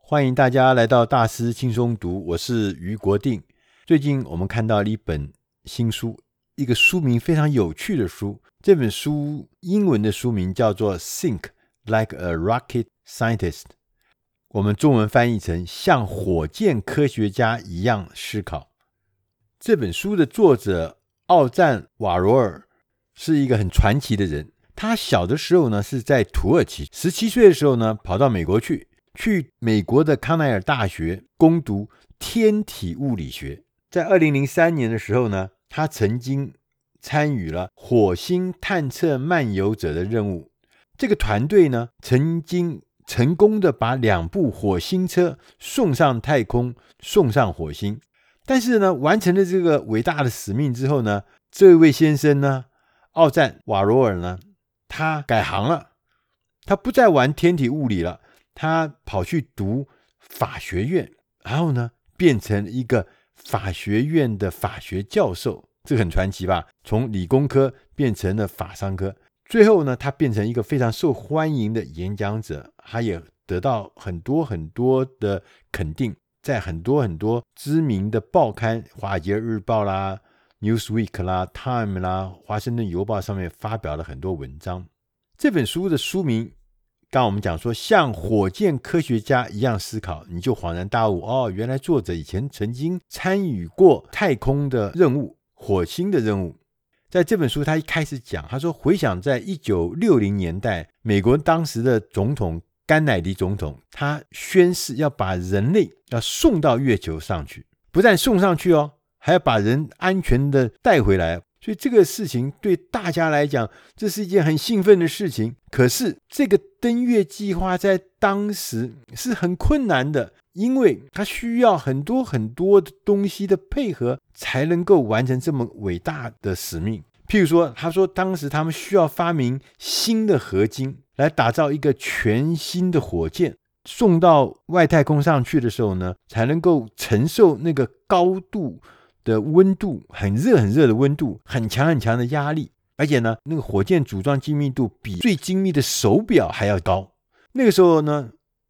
欢迎大家来到大师轻松读，我是余国定。最近我们看到了一本新书，一个书名非常有趣的书。这本书英文的书名叫做 Think Like a Rocket Scientist， 我们中文翻译成像火箭科学家一样思考。这本书的作者奥赞瓦罗尔是一个很传奇的人。他小的时候呢是在土耳其，17岁的时候呢跑到美国去美国的康奈尔大学攻读天体物理学。在2003年的时候呢，他曾经参与了火星探测漫游者的任务。这个团队呢曾经成功的把2部火星车送上太空，送上火星。但是呢，完成了这个伟大的使命之后呢，这位先生呢，奥赞瓦罗尔呢，他改行了，他不再玩天体物理了，他跑去读法学院，然后呢，变成一个法学院的法学教授。这个很传奇吧？从理工科变成了法商科，最后呢，他变成一个非常受欢迎的演讲者，他也得到很多很多的肯定，在很多很多知名的报刊，华尔街日报啦、Newsweek 啦、Time 啦、华盛顿邮报上面发表了很多文章。这本书的书名刚刚我们讲说像火箭科学家一样思考，你就恍然大悟，原来作者以前曾经参与过太空的任务，火星的任务。在这本书他一开始讲，他说回想在1960年代，美国当时的总统甘乃迪总统，他宣誓要把人类要送到月球上去，不但送上去还要把人安全的带回来。所以这个事情对大家来讲，这是一件很兴奋的事情。可是这个登月计划在当时是很困难的，因为它需要很多很多的东西的配合，才能够完成这么伟大的使命。譬如说，他说当时他们需要发明新的合金，来打造一个全新的火箭，送到外太空上去的时候呢，才能够承受那个高度的温度，很热很热的温度，很强很强的压力，而且呢，那个火箭组装精密度比最精密的手表还要高。那个时候呢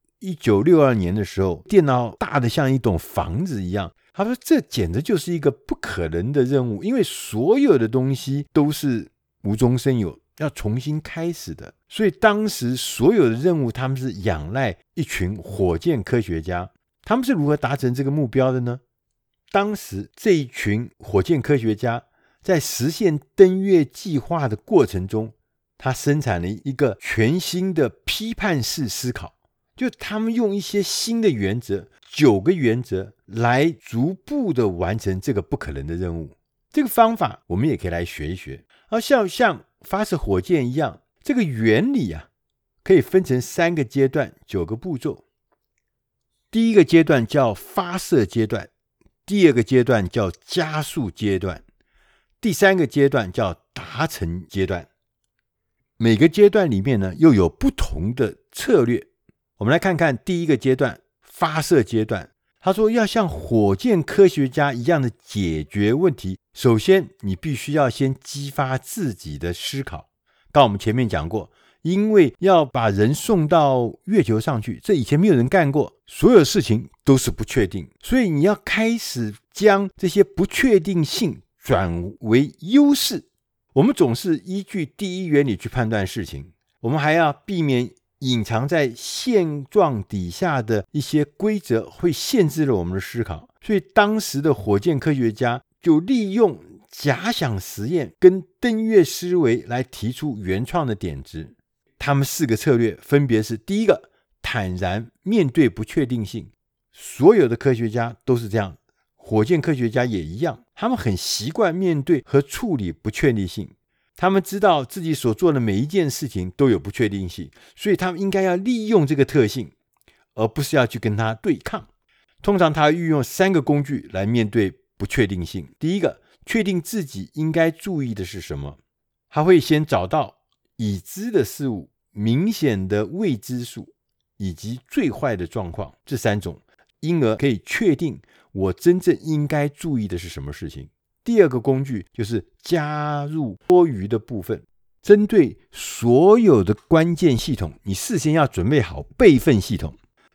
，1962年的时候，电脑大的像一栋房子一样。他说这简直就是一个不可能的任务，因为所有的东西都是无中生有，要重新开始的。所以当时所有的任务，他们是仰赖一群火箭科学家。他们是如何达成这个目标的呢？当时这一群火箭科学家在实现登月计划的过程中，他生产了一个全新的批判式思考，就他们用一些新的原则，9个原则来逐步的完成这个不可能的任务。这个方法我们也可以来学一学。像发射火箭一样，这个原理可以分成3个阶段，9个步骤。第一个阶段叫发射阶段，第2个阶段叫加速阶段，第3个阶段叫达成阶段。每个阶段里面呢，又有不同的策略。我们来看看第一个阶段，发射阶段。他说要像火箭科学家一样的解决问题，首先你必须要先激发自己的思考。刚我们前面讲过，因为要把人送到月球上去，这以前没有人干过，所有事情都是不确定，所以你要开始将这些不确定性转为优势。我们总是依据第一原理去判断事情，我们还要避免隐藏在现状底下的一些规则会限制了我们的思考。所以当时的火箭科学家就利用假想实验跟登月思维来提出原创的点子。他们4个策略分别是：第一个，坦然面对不确定性。所有的科学家都是这样，火箭科学家也一样，他们很习惯面对和处理不确定性。他们知道自己所做的每一件事情都有不确定性，所以他们应该要利用这个特性，而不是要去跟他对抗。通常他运用3个工具来面对不确定性。第一个，确定自己应该注意的是什么。他会先找到已知的事物、明显的未知数以及最坏的状况，这3种，因而可以确定我真正应该注意的是什么事情。第2个工具就是加入多余的部分，针对所有的关键系统，你事先要准备好备份系统。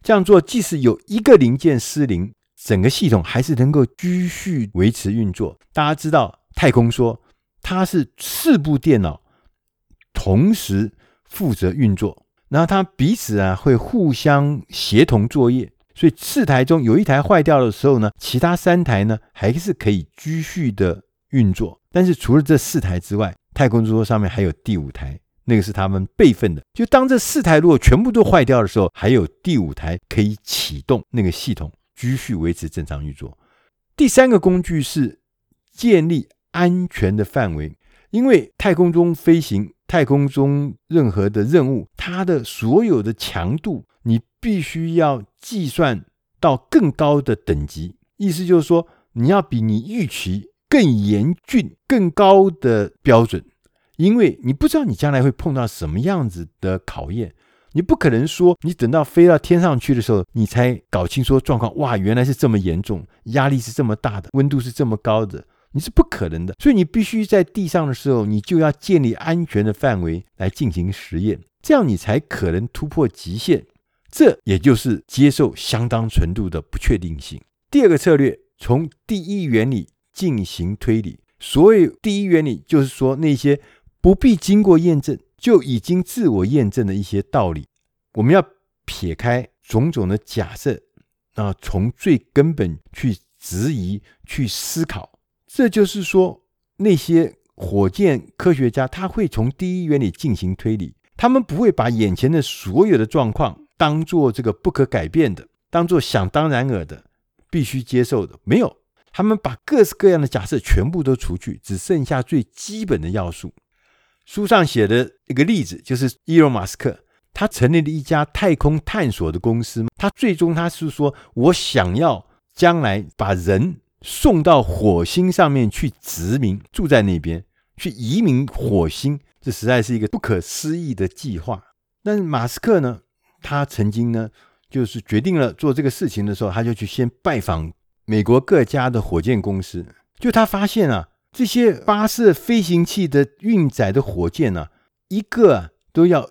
这样做即使有一个零件失灵，整个系统还是能够继续维持运作。大家知道太空梭它是4部电脑同时负责运作，然后它彼此会互相协同作业，所以4台中有一台坏掉的时候呢，其他3台呢还是可以继续的运作。但是除了这4台之外，太空梭上面还有第5台，那个是他们备份的，就当这4台如果全部都坏掉的时候，还有第5台可以启动那个系统继续维持正常运作。第3个工具是建立安全的范围，因为太空中飞行，太空中任何的任务，它的所有的强度你必须要计算到更高的等级，意思就是说你要比你预期更严峻更高的标准，因为你不知道你将来会碰到什么样子的考验，你不可能说你等到飞到天上去的时候你才搞清楚状况，哇，原来是这么严重，压力是这么大的，温度是这么高的，你是不可能的。所以你必须在地上的时候，你就要建立安全的范围来进行实验，这样你才可能突破极限，这也就是接受相当程度的不确定性。第2个策略，从第一原理进行推理。所谓第一原理，就是说那些不必经过验证就已经自我验证的一些道理，我们要撇开种种的假设，从最根本去质疑去思考。这就是说那些火箭科学家他会从第一原理进行推理，他们不会把眼前的所有的状况当作这个不可改变的，当作想当然尔的必须接受的，没有，他们把各式各样的假设全部都除去，只剩下最基本的要素。书上写的一个例子就是伊隆马斯克，他成立了一家太空探索的公司，他最终他是说我想要将来把人送到火星上面去殖民，住在那边，去移民火星，这实在是一个不可思议的计划。但是马斯克呢，他曾经呢就是决定了做这个事情的时候，他就去先拜访美国各家的火箭公司，就他发现这些发射飞行器的运载的火箭一个都要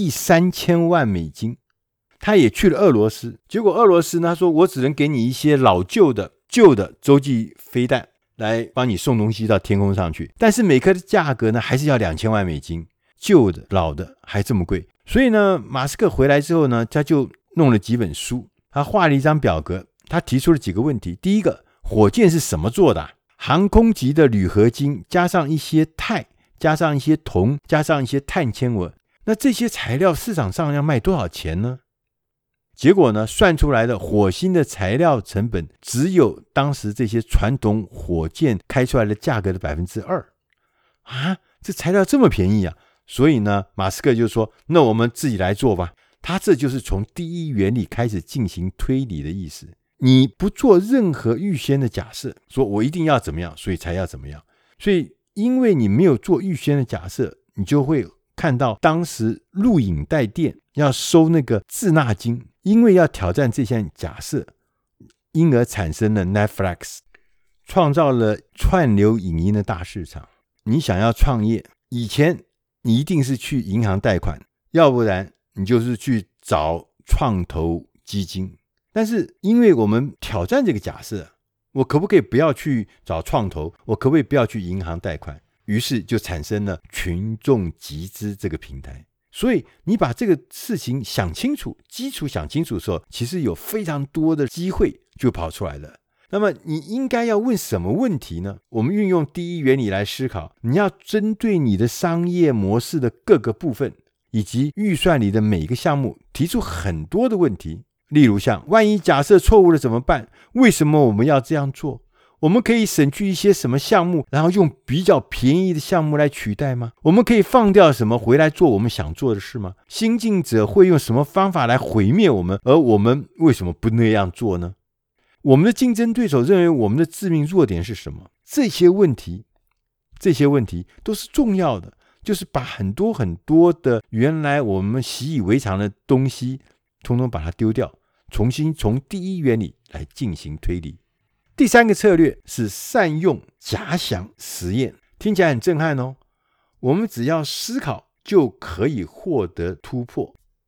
$130,000,000。他也去了俄罗斯，结果俄罗斯呢，他说我只能给你一些老旧的洲际飞弹来帮你送东西到天空上去，但是每颗的价格呢还是要$20,000,000，旧的老的还这么贵。所以呢，马斯克回来之后呢，他就弄了几本书，他画了一张表格，他提出了几个问题。第一个，火箭是什么做的？航空级的铝合金加上一些钛，加上一些铜，加上一些碳纤维，那这些材料市场上要卖多少钱呢？结果呢，算出来的火星的材料成本只有当时这些传统火箭开出来的价格的 2% 这材料这么便宜啊！所以呢，马斯克就说那我们自己来做吧。他这就是从第一原理开始进行推理的意思。你不做任何预先的假设，说我一定要怎么样，所以才要怎么样。所以因为你没有做预先的假设，你就会看到当时录影带店要收那个滞纳金，因为要挑战这项假设，因而产生了 Netflix， 创造了串流影音的大市场。你想要创业，以前你一定是去银行贷款，要不然你就是去找创投基金。但是因为我们挑战这个假设，我可不可以不要去找创投，我可不可以不要去银行贷款，于是就产生了群众集资这个平台。所以你把这个事情想清楚，基础想清楚的时候，其实有非常多的机会就跑出来了。那么你应该要问什么问题呢？我们运用第一原理来思考，你要针对你的商业模式的各个部分以及预算里的每个项目提出很多的问题。例如像万一假设错误了怎么办？为什么我们要这样做？我们可以省去一些什么项目，然后用比较便宜的项目来取代吗？我们可以放掉什么回来做我们想做的事吗？新进者会用什么方法来毁灭我们，而我们为什么不那样做呢？我们的竞争对手认为我们的致命弱点是什么？这些问题都是重要的，就是把很多很多的原来我们习以为常的东西通通把它丢掉，重新从第一原理来进行推理。第3个策略是善用假想实验，听起来很震撼哦。我们只要思考就可以获得突破。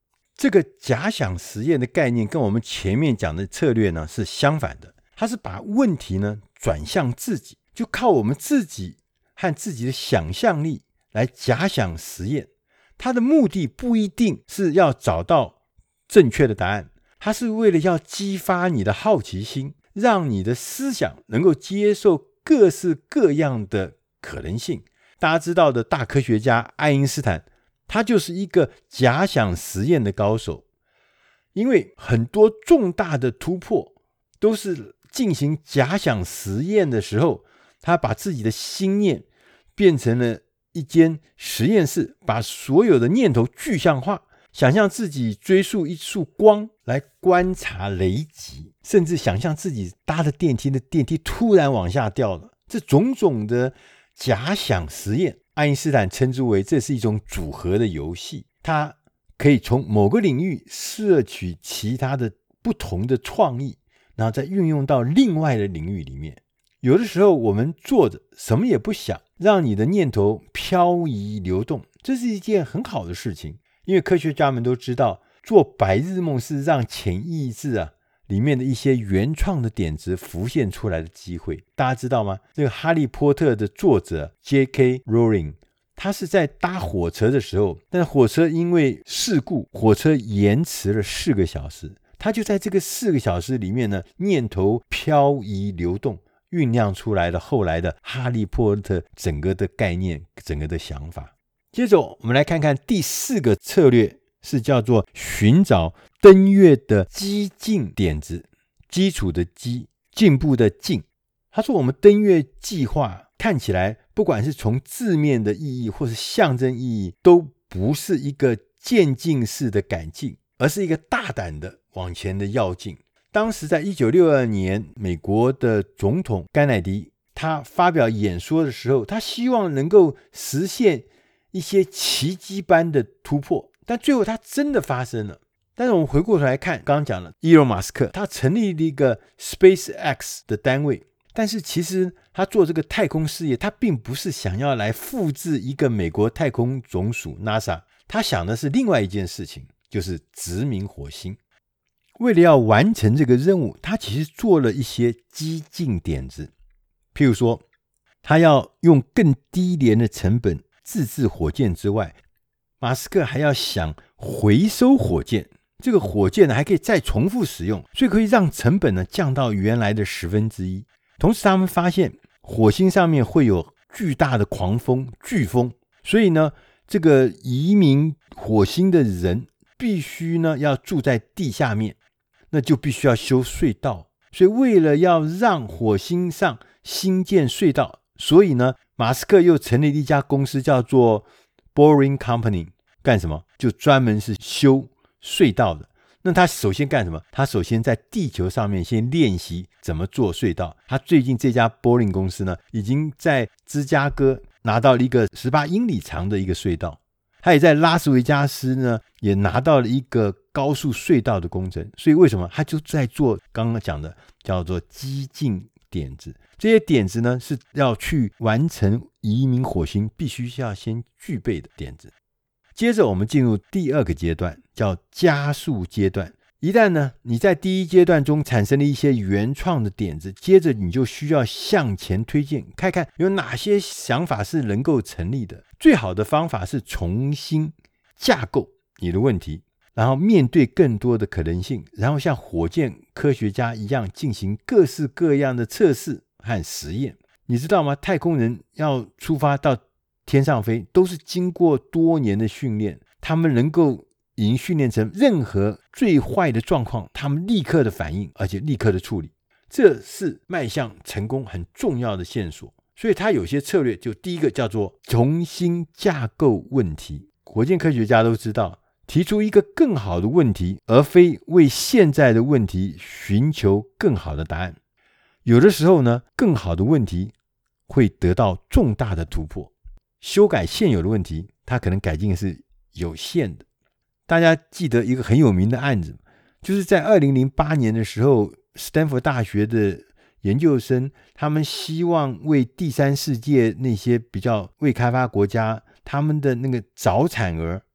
这个假想实验的概念跟我们前面讲的策略呢是相反的，它是把问题呢转向自己，就靠我们自己和自己的想象力来假想实验。它的目的不一定是要找到正确的答案，它是为了要激发你的好奇心，让你的思想能够接受各式各样的可能性。大家知道的大科学家爱因斯坦，他就是一个假想实验的高手，因为很多重大的突破都是进行假想实验的时候，他把自己的心念变成了一间实验室，把所有的念头具象化，想象自己追溯一束光来观察雷击，甚至想象自己搭的电梯突然往下掉了。这种种的假想实验，爱因斯坦称之为这是一种组合的游戏，它可以从某个领域摄取其他的不同的创意，然后再运用到另外的领域里面。有的时候我们坐着什么也不想，让你的念头漂移流动，这是一件很好的事情。因为科学家们都知道，做白日梦是让潜意识里面的一些原创的点子浮现出来的机会。大家知道吗？这个哈利波特的作者 J.K. Rowling， 他是在搭火车的时候，但是火车因为事故，火车延迟了4个小时，他就在这个4个小时里面呢，念头漂移流动，酝酿出来了后来的哈利波特整个的概念，整个的想法。接着我们来看看第4个策略，是叫做寻找登月的激进点子，基础的基，进步的进。他说我们登月计划看起来不管是从字面的意义或是象征意义，都不是一个渐进式的改进，而是一个大胆的往前的跃进。当时在1962年，美国的总统甘乃迪他发表演说的时候，他希望能够实现一些奇迹般的突破，但最后它真的发生了。但是我们回过头来看，刚刚讲了伊隆马斯克，他成立了一个 SpaceX 的单位，但是其实他做这个太空事业，他并不是想要来复制一个美国太空总署 NASA， 他想的是另外一件事情，就是殖民火星。为了要完成这个任务，他其实做了一些激进点子，譬如说他要用更低廉的成本自制火箭之外，马斯克还要想回收火箭，这个火箭呢还可以再重复使用，所以可以让成本呢降到原来的1/10。同时他们发现火星上面会有巨大的狂风、飓风，所以呢这个移民火星的人必须呢要住在地下面，那就必须要修隧道。所以为了要让火星上新建隧道，所以呢马斯克又成立一家公司叫做 Boring Company， 干什么？就专门是修隧道的。那他首先干什么？他首先在地球上面先练习怎么做隧道。他最近这家 Boring 公司呢，已经在芝加哥拿到了一个18英里长的一个隧道，他也在拉斯维加斯呢也拿到了一个高速隧道的工程。所以为什么他就在做刚刚讲的叫做激进点子？这些点子呢是要去完成移民火星必须要先具备的点子。接着我们进入第2个阶段，叫加速阶段。一旦呢你在第1阶段中产生了一些原创的点子，接着你就需要向前推进，看看有哪些想法是能够成立的。最好的方法是重新架构你的问题，然后面对更多的可能性，然后像火箭科学家一样进行各式各样的测试和实验。你知道吗？太空人要出发到天上飞，都是经过多年的训练，他们能够已经训练成任何最坏的状况，他们立刻的反应，而且立刻的处理。这是迈向成功很重要的线索。所以他有些策略，就第1个叫做重新架构问题。火箭科学家都知道，提出一个更好的问题，而非为现在的问题寻求更好的答案。有的时候呢，更好的问题会得到重大的突破。修改现有的问题，它可能改进是有限的。大家记得一个很有名的案子，就是在2008年的时候，斯坦福大学的研究生，他们希望为第3世界那些比较未开发国家，他们的那个早产儿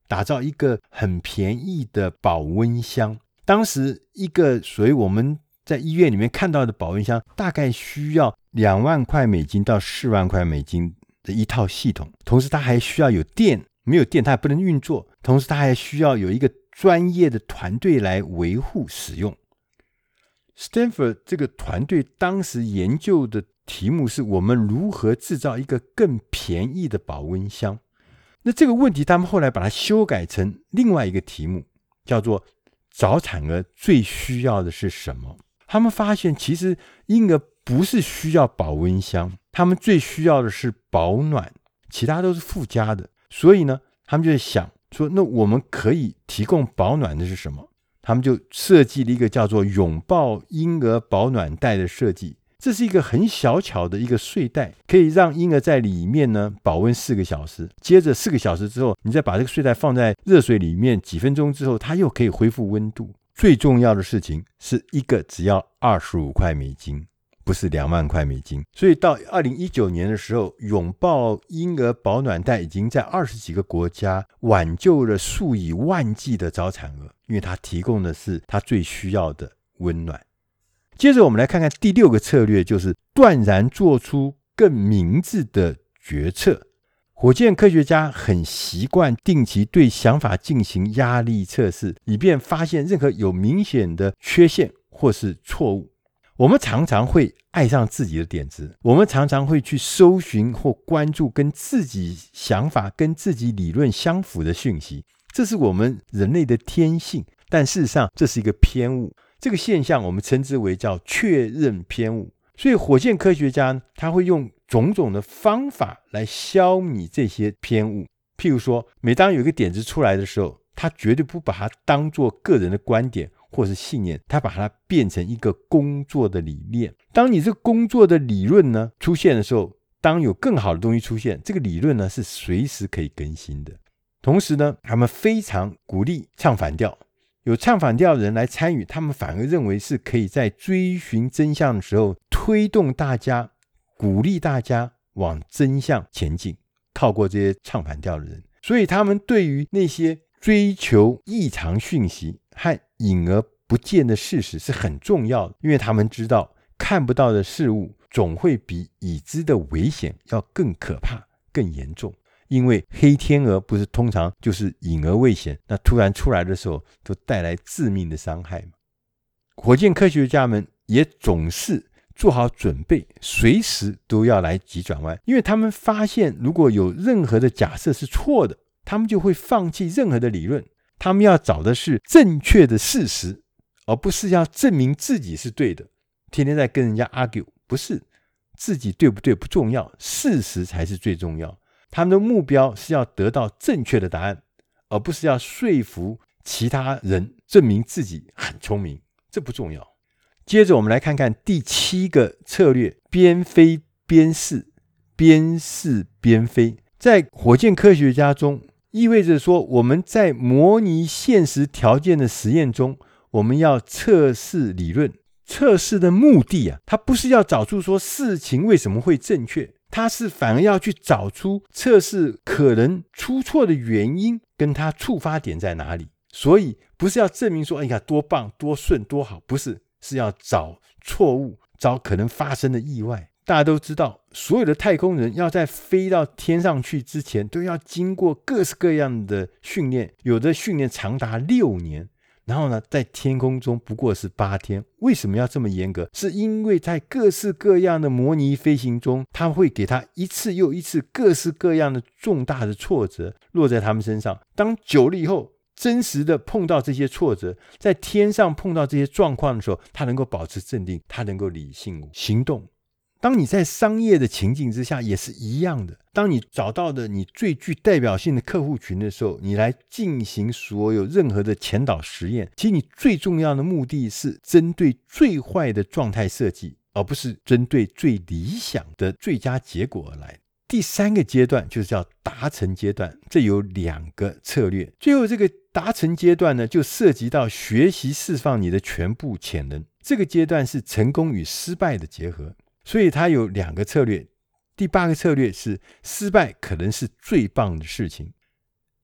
打造一个很便宜的保温箱。当时一个所谓我们在医院里面看到的保温箱大概需要2万块美金到4万块美金的一套系统，同时它还需要有电，没有电它也不能运作，同时它还需要有一个专业的团队来维护使用。Stanford 这个团队当时研究的题目是我们如何制造一个更便宜的保温箱。那这个问题他们后来把它修改成另外一个题目，叫做早产儿最需要的是什么。他们发现其实婴儿不是需要保温箱，他们最需要的是保暖，其他都是附加的。所以呢，他们就在想说，那我们可以提供保暖的是什么？他们就设计了一个叫做拥抱婴儿保暖袋的设计。这是一个很小巧的一个睡袋，可以让婴儿在里面呢保温4个小时，接着4个小时之后，你再把这个睡袋放在热水里面，几分钟之后它又可以恢复温度。最重要的事情是一个只要25块美金，不是2万块美金。所以到2019年的时候，拥抱婴儿保暖袋已经在20几个国家挽救了数以万计的早产儿，因为它提供的是它最需要的温暖。接着我们来看看第6个策略，就是断然做出更明智的决策。火箭科学家很习惯定期对想法进行压力测试，以便发现任何有明显的缺陷或是错误。我们常常会爱上自己的点子，我们常常会去搜寻或关注跟自己想法跟自己理论相符的讯息，这是我们人类的天性，但事实上这是一个偏误。这个现象我们称之为叫确认偏误。所以火箭科学家他会用种种的方法来消弭这些偏误。譬如说，每当有一个点子出来的时候，他绝对不把它当作个人的观点或是信念，他把它变成一个工作的理念。当你这个工作的理论呢出现的时候，当有更好的东西出现，这个理论呢是随时可以更新的。同时呢，他们非常鼓励唱反调，有唱反调的人来参与，他们反而认为是可以在追寻真相的时候推动大家，鼓励大家往真相前进，靠过这些唱反调的人。所以他们对于那些追求异常讯息和隐而不见的事实是很重要的，因为他们知道看不到的事物总会比已知的危险要更可怕更严重。因为黑天鹅不是通常就是隐而未显，那突然出来的时候都带来致命的伤害吗？火箭科学家们也总是做好准备，随时都要来急转弯，因为他们发现如果有任何的假设是错的，他们就会放弃任何的理论。他们要找的是正确的事实，而不是要证明自己是对的，天天在跟人家 argue。 不是，自己对不对不重要，事实才是最重要。他们的目标是要得到正确的答案，而不是要说服其他人证明自己很聪明，这不重要。接着我们来看看第7个策略，边飞边试，边试边飞。在火箭科学家中，意味着说我们在模拟现实条件的实验中，我们要测试理论。测试的目的它不是要找出说事情为什么会正确，它是反而要去找出测试可能出错的原因跟它触发点在哪里。所以不是要证明说哎呀多棒多顺多好，不是，是要找错误，找可能发生的意外。大家都知道，所有的太空人要在飞到天上去之前都要经过各式各样的训练，有的训练长达6年，然后呢，在天空中不过是8天。为什么要这么严格？是因为在各式各样的模拟飞行中，他会给他一次又一次各式各样的重大的挫折落在他们身上。当久了以后，真实的碰到这些挫折，在天上碰到这些状况的时候，他能够保持镇定，他能够理性行动。当你在商业的情境之下也是一样的，当你找到的你最具代表性的客户群的时候，你来进行所有任何的前导实验，其实你最重要的目的是针对最坏的状态设计，而不是针对最理想的最佳结果而来。第3个阶段就是叫达成阶段，这有2个策略。最后这个达成阶段呢，就涉及到学习释放你的全部潜能。这个阶段是成功与失败的结合，所以它有2个策略。第8个策略是失败可能是最棒的事情。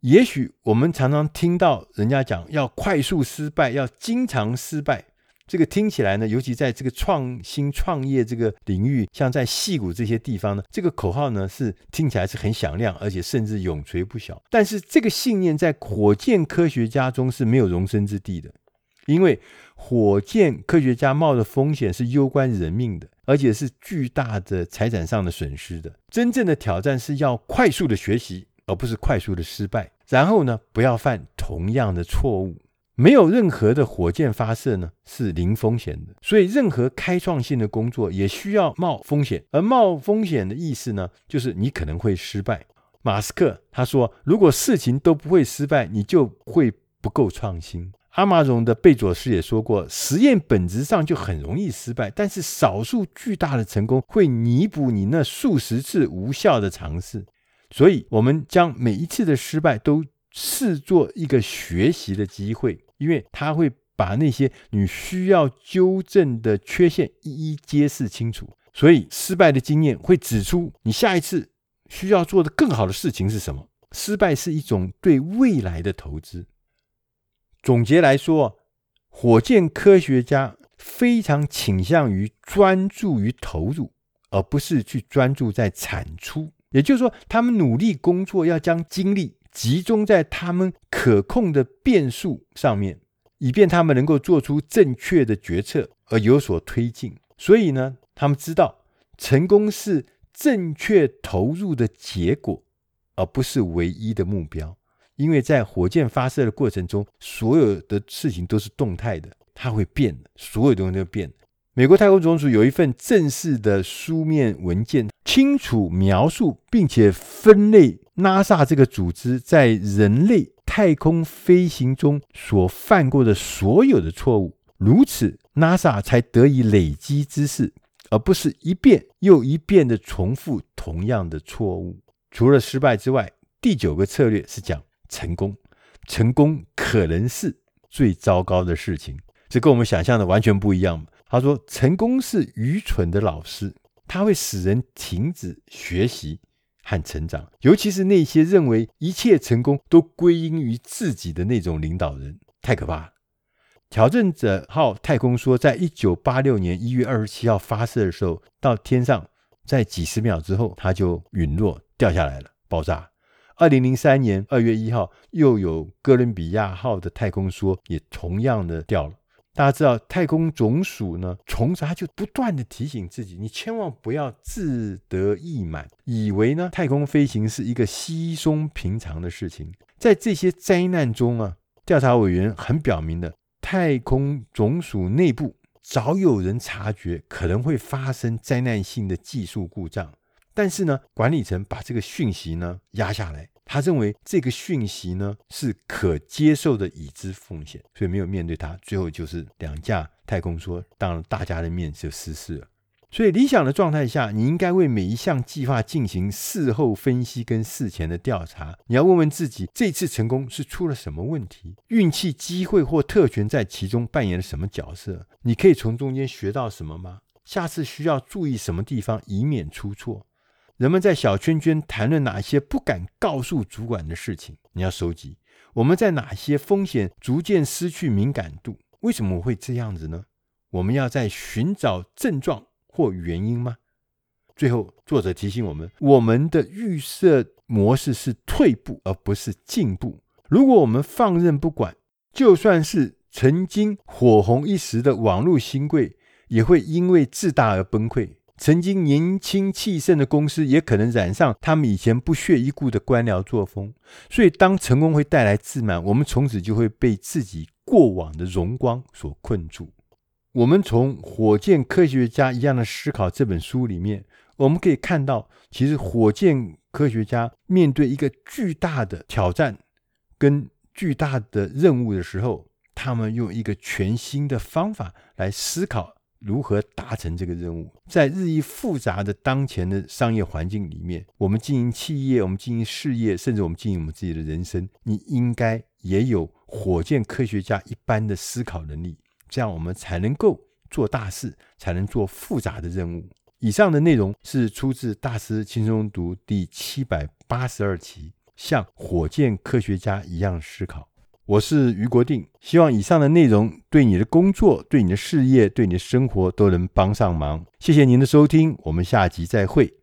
也许我们常常听到人家讲要快速失败，要经常失败，这个听起来呢，尤其在这个创新创业这个领域，像在矽谷这些地方呢，这个口号呢是听起来是很响亮，而且甚至永垂不朽。但是这个信念在火箭科学家中是没有容身之地的，因为火箭科学家冒的风险是攸关人命的，而且是巨大的财产上的损失的。真正的挑战是要快速的学习，而不是快速的失败，然后呢，不要犯同样的错误。没有任何的火箭发射呢是零风险的，所以任何开创性的工作也需要冒风险，而冒风险的意思呢，就是你可能会失败。马斯克他说，如果事情都不会失败，你就会不够创新。阿马荣的贝佐斯也说过，实验本质上就很容易失败，但是少数巨大的成功会弥补你那数十次无效的尝试。所以我们将每一次的失败都视作一个学习的机会，因为它会把那些你需要纠正的缺陷一一揭示清楚。所以失败的经验会指出你下一次需要做的更好的事情是什么。失败是一种对未来的投资。总结来说，火箭科学家非常倾向于专注于投入，而不是去专注在产出。也就是说，他们努力工作要将精力集中在他们可控的变数上面，以便他们能够做出正确的决策而有所推进。所以呢，他们知道成功是正确投入的结果，而不是唯一的目标。因为在火箭发射的过程中，所有的事情都是动态的，它会变的，所有东西都变的。美国太空总署有一份正式的书面文件，清楚描述并且分类 NASA 这个组织在人类太空飞行中所犯过的所有的错误，如此 NASA 才得以累积知识，而不是一遍又一遍的重复同样的错误。除了失败之外，第9个策略是讲成功。成功可能是最糟糕的事情，这跟我们想象的完全不一样。他说，成功是愚蠢的老师，它会使人停止学习和成长，尤其是那些认为一切成功都归因于自己的那种领导人，太可怕了。挑战者号太空梭在1986年1月27号发射的时候，到天上在几十秒之后它就陨落掉下来了，爆炸。2003年2月1号又有哥伦比亚号的太空梭也同样的掉了。大家知道太空总署呢，从此他就不断的提醒自己，你千万不要自得意满，以为呢太空飞行是一个稀松平常的事情。在这些灾难中啊，调查委员很表明的，太空总署内部早有人察觉可能会发生灾难性的技术故障，但是呢，管理层把这个讯息呢压下来，他认为这个讯息呢是可接受的已知风险，所以没有面对它，最后就是2架太空梭当着大家的面就失事了。所以理想的状态下，你应该为每一项计划进行事后分析跟事前的调查。你要问问自己，这次成功是出了什么问题？运气、机会或特权在其中扮演了什么角色？你可以从中间学到什么吗？下次需要注意什么地方，以免出错？人们在小圈圈谈论哪些不敢告诉主管的事情，你要收集。我们在哪些风险逐渐失去敏感度？为什么会这样子呢？我们要在寻找症状或原因吗？最后，作者提醒我们，我们的预设模式是退步而不是进步。如果我们放任不管，就算是曾经火红一时的网络新贵，也会因为自大而崩溃。曾经年轻气盛的公司也可能染上他们以前不屑一顾的官僚作风。所以当成功会带来自满，我们从此就会被自己过往的荣光所困住。我们从火箭科学家一样的思考这本书里面，我们可以看到，其实火箭科学家面对一个巨大的挑战跟巨大的任务的时候，他们用一个全新的方法来思考如何达成这个任务。在日益复杂的当前的商业环境里面，我们经营企业，我们经营事业，甚至我们经营我们自己的人生，你应该也有火箭科学家一般的思考能力，这样我们才能够做大事，才能做复杂的任务。以上的内容是出自大师轻松读第782期， 像火箭科学家一样思考。我是余国定，希望以上的内容对你的工作、对你的事业、对你的生活都能帮上忙。谢谢您的收听，我们下集再会。